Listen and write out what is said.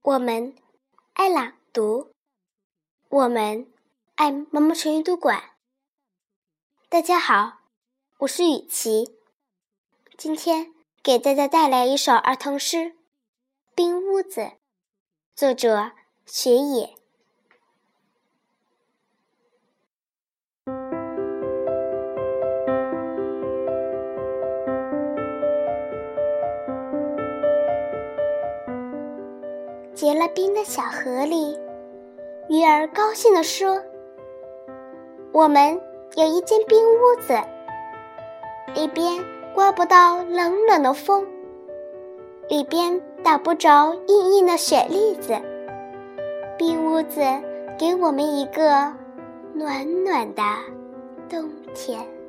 我们爱朗读，我们爱毛毛虫阅读馆。大家好，我是雨琪，今天给大家带来一首儿童诗《冰屋子》，作者雪野。结了冰的小河里，鱼儿高兴地说：我们有一间冰屋子，里边刮不到冷冷的风，里边打不着硬硬的雪粒子，冰屋子给我们一个暖暖的冬天。